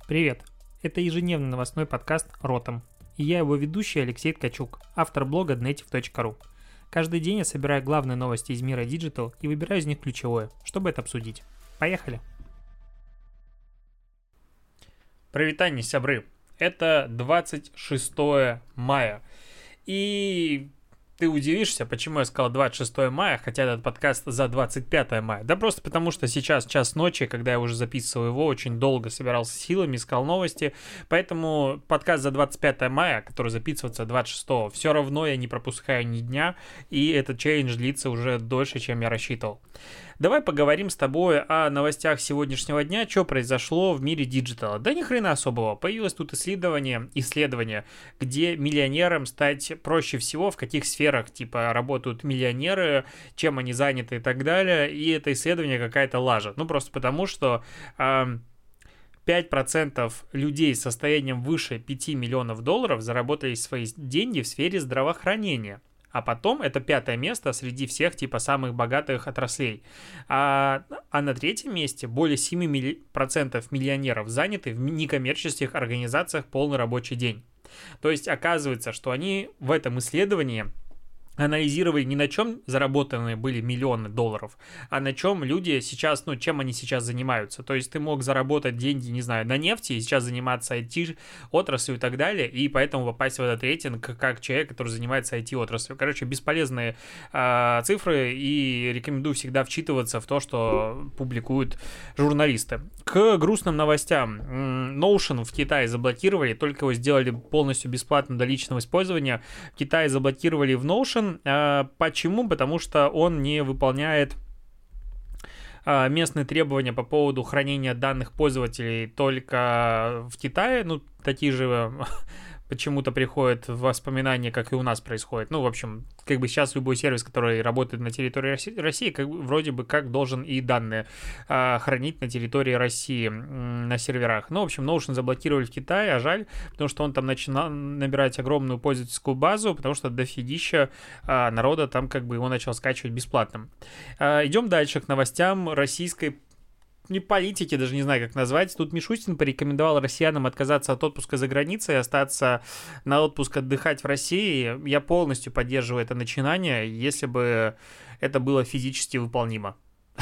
Привет! Это ежедневный новостной подкаст «Ротом». И я его ведущий Алексей Ткачук, автор блога dnetiv.ru. Каждый день я собираю главные новости из мира Digital и выбираю из них ключевое, чтобы это обсудить. Поехали! Привет, сябры! Это 26 мая. И ты удивишься, почему я сказал 26 мая, хотя этот подкаст за 25 мая. Да просто потому, что сейчас час ночи, когда я уже записывал его, очень долго собирался силами, искал новости. Поэтому подкаст за 25 мая, который записывается 26, все равно я не пропускаю ни дня, и этот челлендж длится уже дольше, чем я рассчитывал. Давай поговорим с тобой о новостях сегодняшнего дня, что произошло в мире диджитала. Да ни хрена особого. Появилось тут исследование, где миллионерам стать проще всего, в каких сферах, типа, работают миллионеры, чем они заняты и так далее. И это исследование какая-то лажа. Ну, просто потому, что 5% людей с состоянием выше 5 миллионов долларов заработали свои деньги в сфере здравоохранения. А потом это 5 место среди всех типа самых богатых отраслей. А на 3 месте более 7% миллионеров заняты в некоммерческих организациях полный рабочий день. То есть оказывается, что они в этом исследовании анализировали не на чем заработаны были миллионы долларов, а на чем люди сейчас, чем они сейчас занимаются. То есть ты мог заработать деньги, не знаю, на нефти и сейчас заниматься IT-отраслью и так далее, и поэтому попасть в этот рейтинг как человек, который занимается IT-отраслью. Короче, бесполезные цифры, и рекомендую всегда вчитываться в то, что публикуют журналисты. К грустным новостям. Notion в Китае заблокировали, только его сделали полностью бесплатно до личного использования. В Китае заблокировали в Notion. Почему? Потому что он не выполняет местные требования по поводу хранения данных пользователей только в Китае. Такие же почему-то приходят воспоминания, как и у нас происходит. В общем, сейчас любой сервис, который работает на территории России, вроде бы как должен и данные хранить на территории России на серверах. В общем, Notion заблокировали в Китае, а жаль, потому что он там начинал набирать огромную пользовательскую базу, потому что дофигища народа там его начал скачивать бесплатным. Идем дальше к новостям российской не политики, даже не знаю, как назвать. Тут Мишустин порекомендовал россиянам отказаться от отпуска за границей и остаться на отпуск отдыхать в России. Я полностью поддерживаю это начинание, если бы это было физически выполнимо.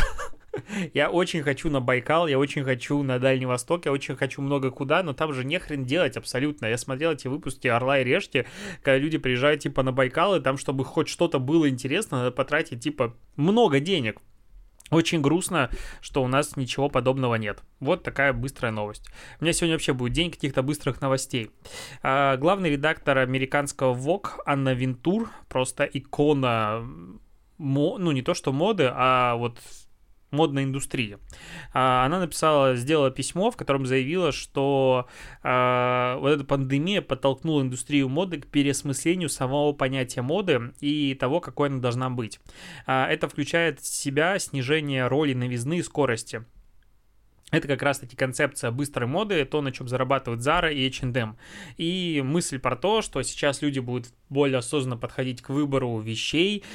Я очень хочу на Байкал, я очень хочу на Дальний Восток, я очень хочу много куда, но там же нехрен делать абсолютно. Я смотрел эти выпуски «Орла и решки», когда люди приезжают на Байкал, и там, чтобы хоть что-то было интересно, надо потратить много денег. Очень грустно, что у нас ничего подобного нет. Вот такая быстрая новость. У меня сегодня вообще будет день каких-то быстрых новостей. Главный редактор американского Vogue Анна Винтур, просто икона, не то что моды, а модной индустрии. Она сделала письмо, в котором заявила, что эта пандемия подтолкнула индустрию моды к переосмыслению самого понятия моды и того, какой она должна быть. Это включает в себя снижение роли новизны и скорости. Это как раз-таки концепция быстрой моды, то, на чем зарабатывают Zara и H&M. И мысль про то, что сейчас люди будут более осознанно подходить к выбору вещей,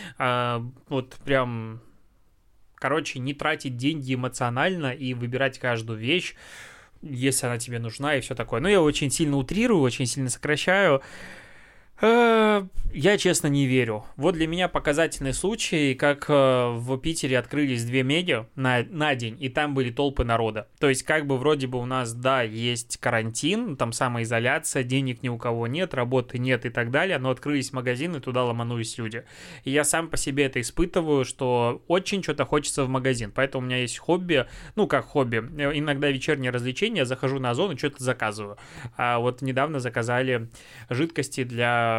не тратить деньги эмоционально и выбирать каждую вещь, если она тебе нужна и все такое. Я очень сильно утрирую, очень сильно сокращаю. Я, честно, не верю. Вот для меня показательный случай, как в Питере открылись 2 меги на день, и там были толпы народа. То есть, вроде бы у нас, да, есть карантин, там самоизоляция, денег ни у кого нет, работы нет и так далее, но открылись магазины, туда ломанулись люди. И я сам по себе это испытываю, что очень что-то хочется в магазин. Поэтому у меня есть хобби, как хобби. Иногда вечернее развлечение, я захожу на Озон и что-то заказываю. А недавно заказали жидкости для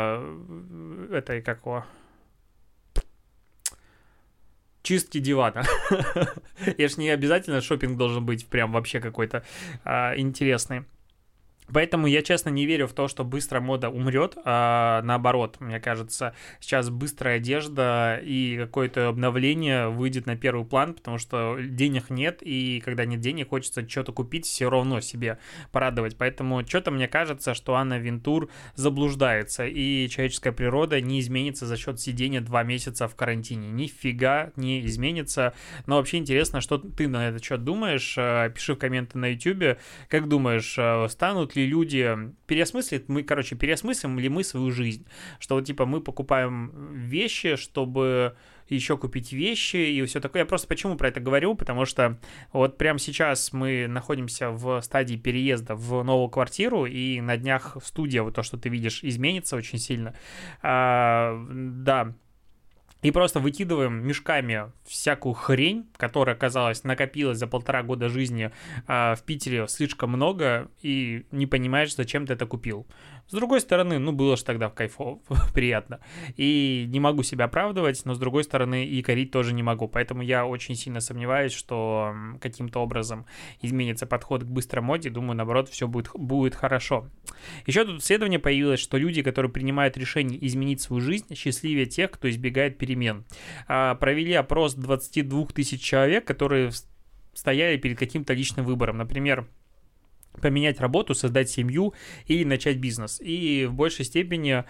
чистки дивана. Я ж не обязательно шопинг должен быть прям вообще какой-то интересный. Поэтому я, честно, не верю в то, что быстрая мода умрет, а наоборот, мне кажется, сейчас быстрая одежда и какое-то обновление выйдет на первый план, потому что денег нет, и когда нет денег, хочется что-то купить, все равно себе порадовать. Поэтому что-то мне кажется, что Анна Винтур заблуждается, и человеческая природа не изменится за счет сидения 2 месяца в карантине. Нифига не изменится. Но вообще интересно, что ты на этот счет думаешь. Пиши в комменты на YouTube. Как думаешь, станут ли люди переосмыслим ли мы свою жизнь, что вот типа мы покупаем вещи, чтобы еще купить вещи и все такое. Я просто почему про это говорю, потому что вот прямо сейчас мы находимся в стадии переезда в новую квартиру, и на днях студия, вот то, что ты видишь, изменится очень сильно. Да. И просто выкидываем мешками всякую хрень, которая, казалось, накопилась за 1,5 года жизни в Питере слишком много, и не понимаешь, зачем ты это купил. С другой стороны, было же тогда кайфово, приятно. И не могу себя оправдывать, но с другой стороны и корить тоже не могу. Поэтому я очень сильно сомневаюсь, что каким-то образом изменится подход к быстрой моде. Думаю, наоборот, все будет хорошо. Еще тут исследование появилось, что люди, которые принимают решение изменить свою жизнь, счастливее тех, кто избегает перемен. Провели опрос 22 тысяч человек, которые стояли перед каким-то личным выбором. Например, поменять работу, создать семью или начать бизнес. И в большей степени...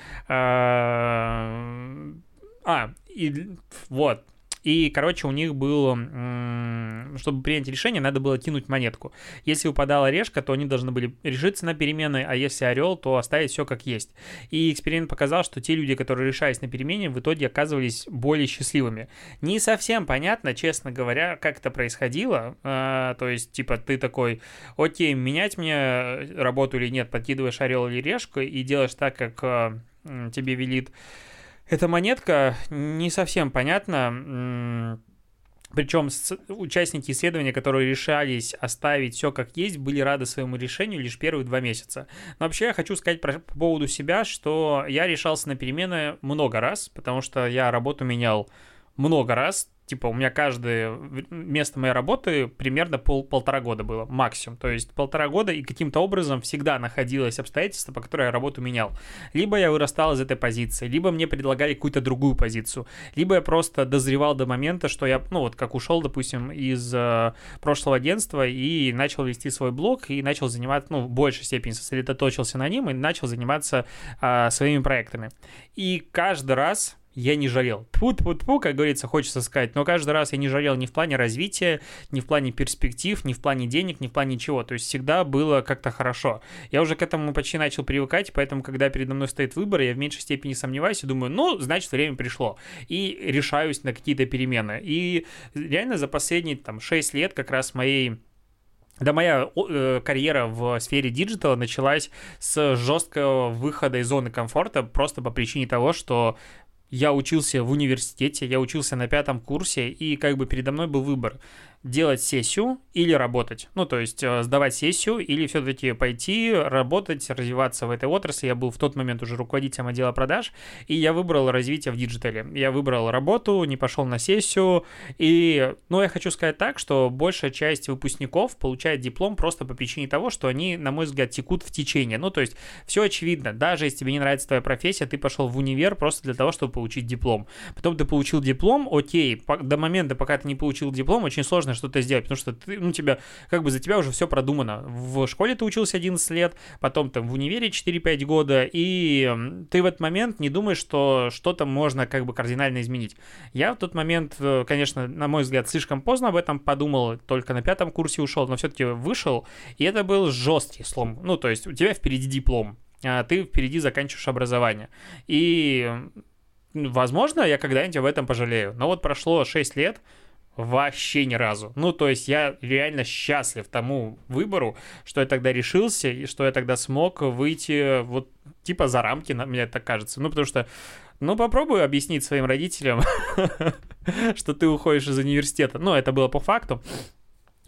И, короче, у них было, чтобы принять решение, надо было кинуть монетку. Если упадала решка, то они должны были решиться на перемены, а если орел, то оставить все как есть. И эксперимент показал, что те люди, которые решались на перемены, в итоге оказывались более счастливыми. Не совсем понятно, честно говоря, как это происходило. То есть, типа, ты такой, окей, менять мне работу или нет, подкидываешь орел или решку и делаешь так, как тебе велит эта монетка, не совсем понятно. Причем участники исследования, которые решались оставить все как есть, были рады своему решению лишь первые 2 месяца. Но вообще я хочу сказать по поводу себя, что я решался на перемены много раз, потому что я работу менял много раз. Типа у меня каждое место моей работы примерно 1,5 года было максимум. То есть 1,5 года, и каким-то образом всегда находилось обстоятельство, по которой я работу менял. Либо я вырастал из этой позиции, либо мне предлагали какую-то другую позицию, либо я просто дозревал до момента, что я, как ушел, допустим, из прошлого агентства и начал вести свой блог, и начал заниматься, в большей степени сосредоточился на нем и начал заниматься своими проектами. И каждый раз я не жалел. Тьфу-тьфу-тьфу, как говорится, хочется сказать. Но каждый раз я не жалел ни в плане развития, ни в плане перспектив, ни в плане денег, ни в плане чего. То есть всегда было как-то хорошо. Я уже к этому почти начал привыкать, поэтому, когда передо мной стоит выбор, я в меньшей степени сомневаюсь и думаю, значит, время пришло. И решаюсь на какие-то перемены. И реально за последние 6 лет как раз моя карьера в сфере диджитала началась с жесткого выхода из зоны комфорта просто по причине того, что я учился в университете, я учился на 5 курсе, и передо мной был выбор: делать сессию или работать. То есть сдавать сессию или все-таки пойти работать, развиваться в этой отрасли. Я был в тот момент уже руководителем отдела продаж, и я выбрал развитие в диджитале. Я выбрал работу, не пошел на сессию, и, я хочу сказать так, что большая часть выпускников получает диплом просто по причине того, что они, на мой взгляд, текут в течение. То есть все очевидно. Даже если тебе не нравится твоя профессия, ты пошел в универ просто для того, чтобы получить диплом. Потом ты получил диплом, окей, до момента, пока ты не получил диплом, очень сложно что-то сделать, потому что ты, за тебя уже все продумано. В школе ты учился 11 лет, потом в универе 4-5 года, и ты в этот момент не думаешь, что что-то можно кардинально изменить. Я в тот момент, конечно, на мой взгляд, слишком поздно об этом подумал, только на 5 курсе ушел, но все-таки вышел, и это был жесткий слом. То есть у тебя впереди диплом, а ты впереди заканчиваешь образование. И, возможно, я когда-нибудь об этом пожалею. Но прошло 6 лет, вообще ни разу. То есть я реально счастлив тому выбору, что я тогда решился, и что я тогда смог выйти за рамки, мне так кажется. Потому что, попробуй объяснить своим родителям, что ты уходишь из университета. Это было по факту.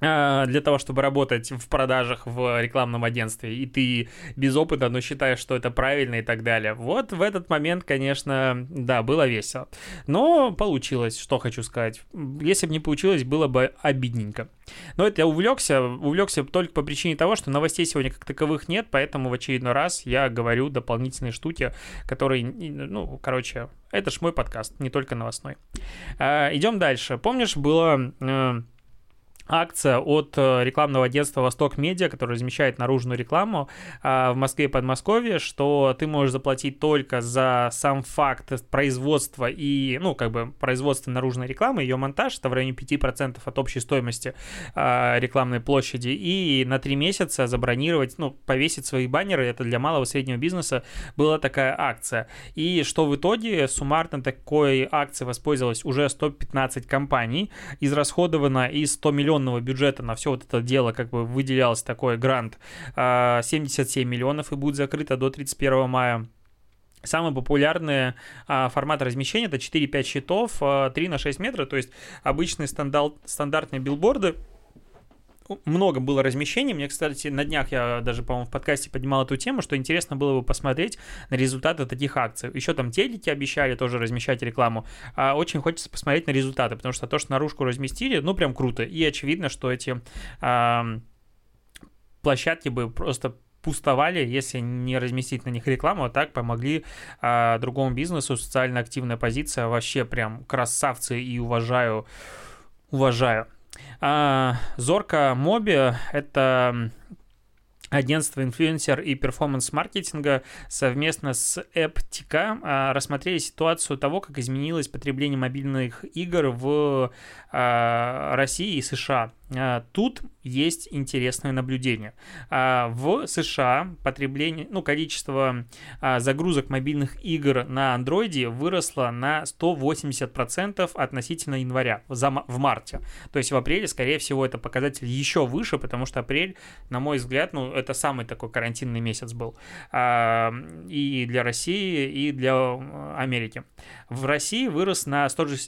для того, чтобы работать в продажах в рекламном агентстве, и ты без опыта, но считаешь, что это правильно и так далее. Вот в этот момент, конечно, да, было весело. Но получилось, что хочу сказать. Если бы не получилось, было бы обидненько. Но это я увлекся только по причине того, что новостей сегодня как таковых нет, поэтому в очередной раз я говорю дополнительные штуки, которые, ну, короче, это ж мой подкаст, не только новостной. Идем дальше. Помнишь, было... акция от рекламного агентства «Восток Медиа», которое размещает наружную рекламу в Москве и Подмосковье, что ты можешь заплатить только за сам факт производства и, ну, как бы производства наружной рекламы, ее монтаж, это в районе 5% от общей стоимости рекламной площади, и на 3 месяца забронировать, ну, повесить свои баннеры, это для малого и среднего бизнеса была такая акция. И что в итоге суммарно такой акцией воспользовалось уже 115 компаний, израсходовано из 100 миллионов бюджета на все вот это дело, как бы выделялся такой грант, 77 миллионов, и будет закрыто до 31 мая. Самый популярный формат размещения — это 4-5 щитов, 3 на 6 метров, то есть обычные стандартные билборды. Много было размещений. Мне, кстати, на днях я даже, по-моему, в подкасте поднимал эту тему, что интересно было бы посмотреть на результаты таких акций. Еще там телеки обещали тоже размещать рекламу. Очень хочется посмотреть на результаты, потому что то, что наружку разместили, ну, прям круто. И очевидно, что эти площадки бы просто пустовали, если не разместить на них рекламу, а так помогли другому бизнесу. Социально активная позиция. Вообще прям красавцы, и уважаю. Зорка Моби — это агентство инфлюенсер и перформанс-маркетинга совместно с Эптика рассмотрели ситуацию того, как изменилось потребление мобильных игр в России и США. Тут есть интересное наблюдение. В США потребление, ну, количество загрузок мобильных игр на Android выросло на 180% относительно января, в марте. То есть в апреле, скорее всего, это показатель еще выше, потому что апрель, на мой взгляд, ну, это самый такой карантинный месяц был и для России, и для Америки. В России вырос на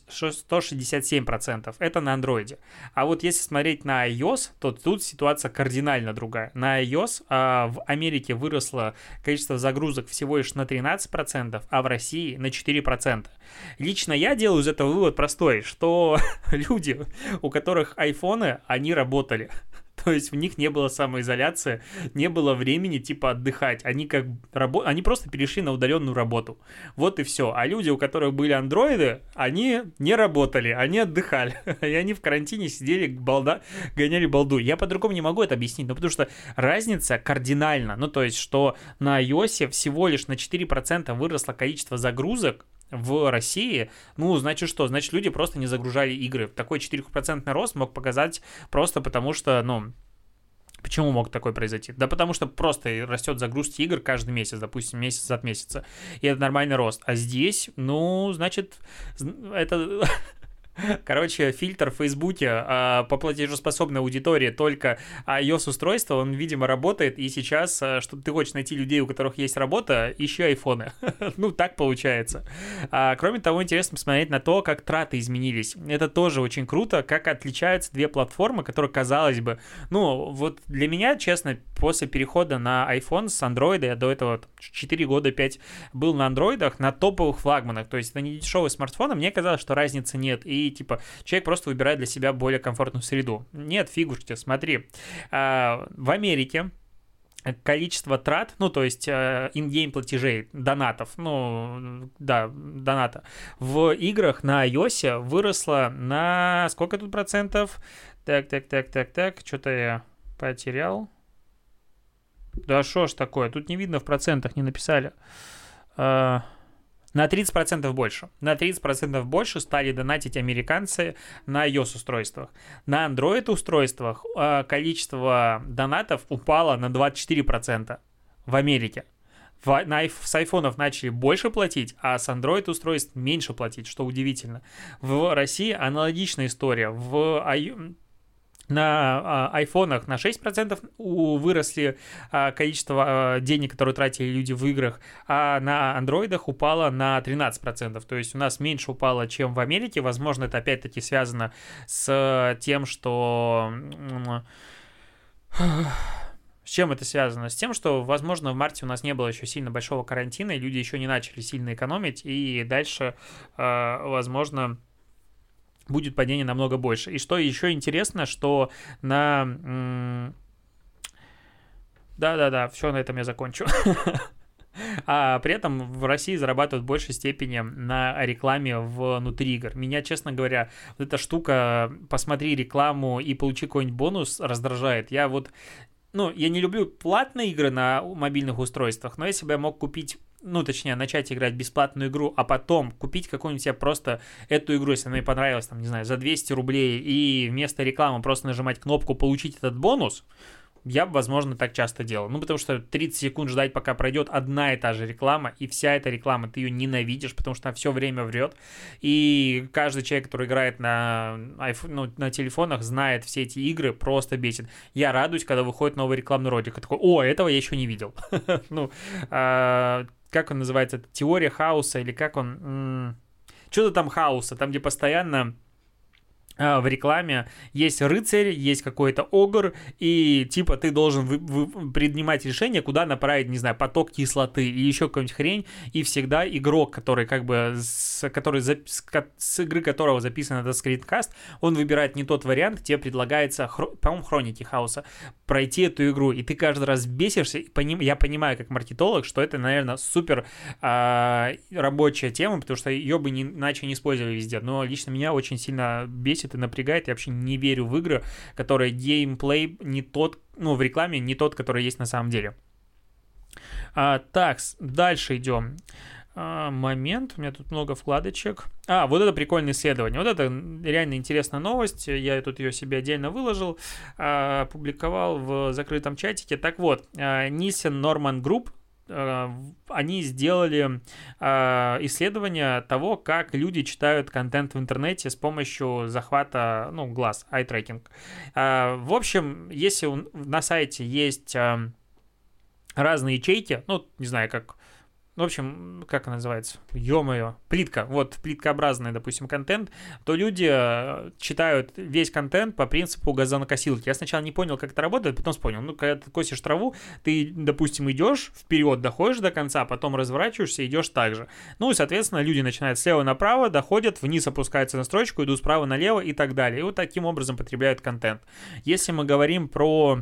167%. Это на Android. А вот если смотреть на iOS, то тут ситуация кардинально другая. На iOS в Америке выросло количество загрузок всего лишь на 13%, а в России на 4%. Лично я делаю из этого вывод простой, что люди, у которых айфоны, они работали. То есть в них не было самоизоляции, не было времени типа отдыхать. Они просто перешли на удаленную работу. Вот и все. А люди, у которых были андроиды, они не работали, они отдыхали. И они в карантине сидели, гоняли балду. Я по-другому не могу это объяснить, но потому что разница кардинальна. Ну, то есть, что на iOS всего лишь на 4% выросло количество загрузок в России, ну, значит что? Значит, люди просто не загружали игры. Такой 4% рост мог показать просто потому, что, ну, почему мог такой произойти? Да потому что просто растет загрузки игр каждый месяц, допустим, месяц от месяца, и это нормальный рост. А здесь, ну, значит, это... Короче, фильтр в Фейсбуке по платежеспособной аудитории только iOS-устройство, он, видимо, работает, и сейчас, чтобы ты хочешь найти людей, у которых есть работа, ищи айфоны. Ну, так получается. Кроме того, интересно посмотреть на то, как траты изменились. Это тоже очень круто, как отличаются две платформы, которые, казалось бы, ну, вот для меня, честно, после перехода на iPhone с Android, я до этого 4 года, 5 был на андроидах, на топовых флагманах, то есть это не дешевые смартфоны, мне казалось, что разницы нет, и типа человек просто выбирает для себя более комфортную среду. Нет, фигушки, смотри. В Америке количество трат, ну, то есть in-game платежей, донатов, ну, да, доната, в играх на iOS выросло на сколько тут процентов? Так, что-то я потерял. Да что ж такое, тут не видно в процентах, не написали. На 30% больше. На 30% больше стали донатить американцы на iOS-устройствах. На Android-устройствах количество донатов упало на 24% в Америке. С айфонов начали больше платить, а с Android-устройств меньше платить, что удивительно. В России аналогичная история. На айфонах на 6% выросли количество денег, которые тратили люди в играх, а на андроидах упало на 13%. То есть у нас меньше упало, чем в Америке. Возможно, это опять-таки связано с тем, что... С чем это связано? С тем, что, возможно, в марте у нас не было еще сильно большого карантина, и люди еще не начали сильно экономить, и дальше, возможно, будет падение намного больше. И что еще интересно, что на... Да-да-да, все, на этом я закончу. А при этом в России зарабатывают в большей степени на рекламе внутри игр. Меня, честно говоря, вот эта штука «посмотри рекламу и получи какой-нибудь бонус» раздражает. Я не люблю платные игры на мобильных устройствах, но если бы я мог купить, точнее, начать играть бесплатную игру, а потом купить какую-нибудь себе просто эту игру, если она мне понравилась, там, не знаю, за 200 рублей, и вместо рекламы просто нажимать кнопку «Получить этот бонус», я бы, возможно, так часто делал. Потому что 30 секунд ждать, пока пройдет одна и та же реклама, и вся эта реклама, ты ее ненавидишь, потому что она все время врет. И каждый человек, который играет на телефонах, знает все эти игры, просто бесит. Я радуюсь, когда выходит новый рекламный ролик. Я такой: о, этого я еще не видел. Как он называется? Теория хаоса, или как он... Что-то там хаоса, там, где постоянно... в рекламе есть рыцарь, есть какой-то огр, и типа ты должен принимать решение, куда направить, не знаю, поток кислоты или еще какую-нибудь хрень, и всегда игрок, который с игры которого записан этот скринкаст, он выбирает не тот вариант, тебе предлагается, по-моему, хроники хаоса, пройти эту игру, и ты каждый раз бесишься. Я понимаю как маркетолог, что это, наверное, супер рабочая тема, потому что ее бы иначе не использовали везде, но лично меня очень сильно бесит и напрягает. Я вообще не верю в игры, которые геймплей не тот, в рекламе не тот, который есть на самом деле. Так, дальше идем. Момент, у меня тут много вкладочек. Вот это прикольное исследование. Вот это реально интересная новость. Я тут ее себе отдельно выложил, публиковал в закрытом чатике. Так вот, Nielsen Norman Group, они сделали исследование того, как люди читают контент в интернете с помощью захвата, глаз, eye tracking. В общем, если на сайте есть разные ячейки, не знаю, как... В общем, как она называется? Ё-моё, плитка. Вот, плиткообразный, допустим, контент, то люди читают весь контент по принципу газонокосилки. Я сначала не понял, как это работает, потом понял. Когда ты косишь траву, ты, допустим, идешь вперед, доходишь до конца, потом разворачиваешься и идешь так же. И, соответственно, люди начинают слева направо, доходят, вниз опускаются на строчку, идут справа налево и так далее. И вот таким образом потребляют контент. Если мы говорим про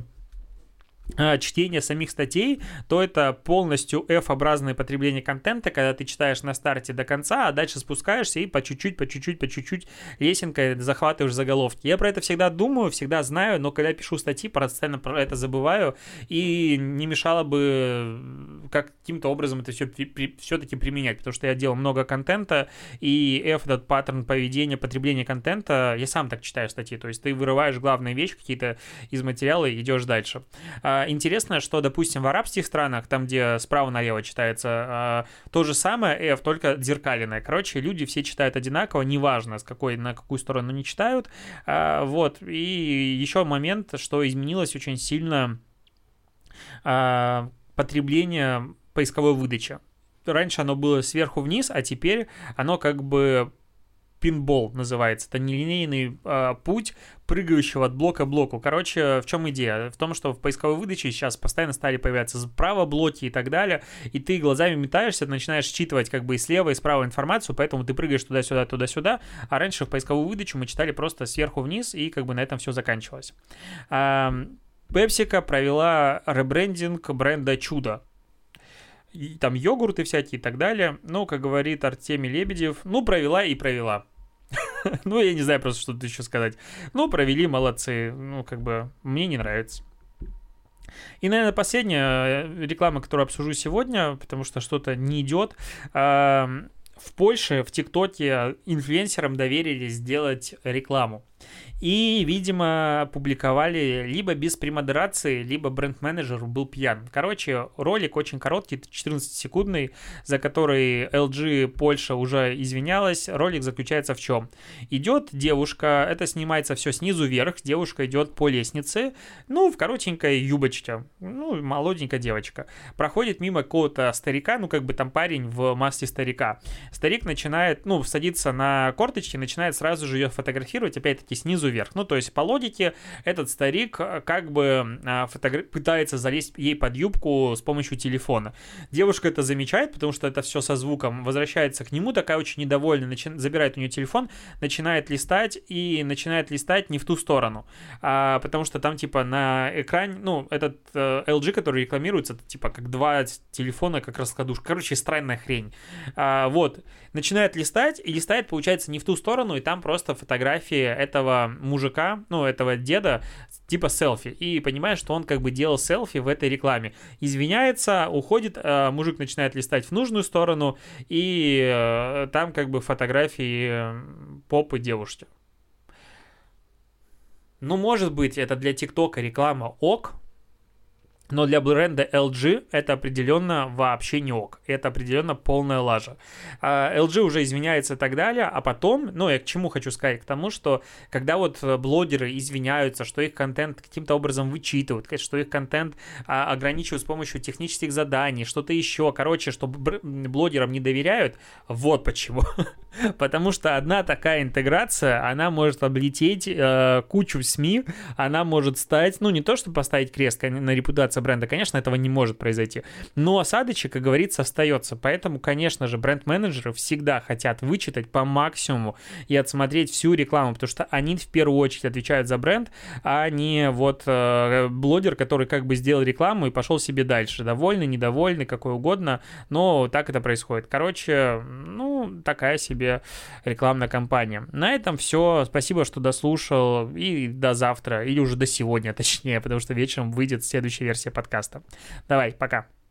чтение самих статей, то это полностью F-образное потребление контента, когда ты читаешь на старте до конца, а дальше спускаешься и по чуть-чуть лесенкой захватываешь заголовки. Я про это всегда думаю, всегда знаю, но когда пишу статьи, постоянно про это забываю, и не мешало бы каким-то образом это все-таки применять, потому что я делал много контента, и F, этот паттерн поведения, потребления контента, я сам так читаю статьи, то есть ты вырываешь главные вещи какие-то из материала и идешь дальше. Интересно, что, допустим, в арабских странах, там, где справа налево читается, то же самое F, только зеркаленное. Короче, люди все читают одинаково, неважно, на какую сторону не читают. Вот. И еще момент, что изменилось очень сильно потребление поисковой выдачи. Раньше оно было сверху вниз, а теперь оно как бы пинбол называется. Это нелинейный путь прыгающего от блока к блоку. Короче, в чем идея? В том, что в поисковой выдаче сейчас постоянно стали появляться справа блоки и так далее, и ты глазами метаешься, начинаешь считывать как бы и слева, и справа информацию, поэтому ты прыгаешь туда-сюда, туда-сюда, а раньше в поисковую выдачу мы читали просто сверху вниз, и как бы на этом все заканчивалось. PepsiCo провела ребрендинг бренда «Чудо». И там йогурты всякие и так далее. Как говорит Артемий Лебедев, провела и провела. Я не знаю просто, что тут еще сказать. Провели, молодцы. Мне не нравится. И, наверное, последняя реклама, которую обсужу сегодня, потому что что-то не идет. В Польше, в ТикТоке инфлюенсерам доверили сделать рекламу. И, видимо, публиковали либо без премодерации, либо бренд-менеджер был пьян. Короче, ролик очень короткий, 14-секундный, за который LG Польша уже извинялась. Ролик заключается в чем? Идет девушка, это снимается все снизу вверх, девушка идет по лестнице, в коротенькой юбочке, молоденькая девочка. Проходит мимо какого-то старика, там парень в маске старика. Старик начинает, садиться на корточки, начинает сразу же ее фотографировать, опять-таки снизу вверх. То есть, по логике, этот старик пытается залезть ей под юбку с помощью телефона. Девушка это замечает, потому что это все со звуком, возвращается к нему, такая очень недовольная, забирает у нее телефон, начинает листать не в ту сторону. Потому что там, на экране, этот LG, который рекламируется, это, как два телефона, как раскладушка. Короче, странная хрень. Начинает листать, и листает, получается, не в ту сторону, и там просто фотографии этого мужика, этого деда, типа селфи, и понимаешь, что он делал селфи в этой рекламе. Извиняется, уходит, мужик начинает листать в нужную сторону, и там фотографии попы девушки. Может быть, это для ТикТока реклама ок, но для бренда LG это определенно вообще не ок. Это определенно полная лажа. LG уже извиняется и так далее, а потом, я к чему хочу сказать? К тому, что когда блогеры извиняются, что их контент каким-то образом вычитывают, что их контент ограничивают с помощью технических заданий, что-то еще, что блогерам не доверяют, вот почему. Потому что одна такая интеграция, она может облететь кучу СМИ, она может стать, не то чтобы поставить крест на репутацию бренда, конечно, этого не может произойти, но осадочек, как говорится, остается. Поэтому, конечно же, бренд-менеджеры всегда хотят вычитать по максимуму и отсмотреть всю рекламу, потому что они в первую очередь отвечают за бренд, а не блогер, который сделал рекламу и пошел себе дальше. Довольный, недовольный, какой угодно, но так это происходит. Короче, такая себе рекламная кампания. На этом все. Спасибо, что дослушал, и до завтра, или уже до сегодня, точнее, потому что вечером выйдет следующая версия подкаста. Давай, пока.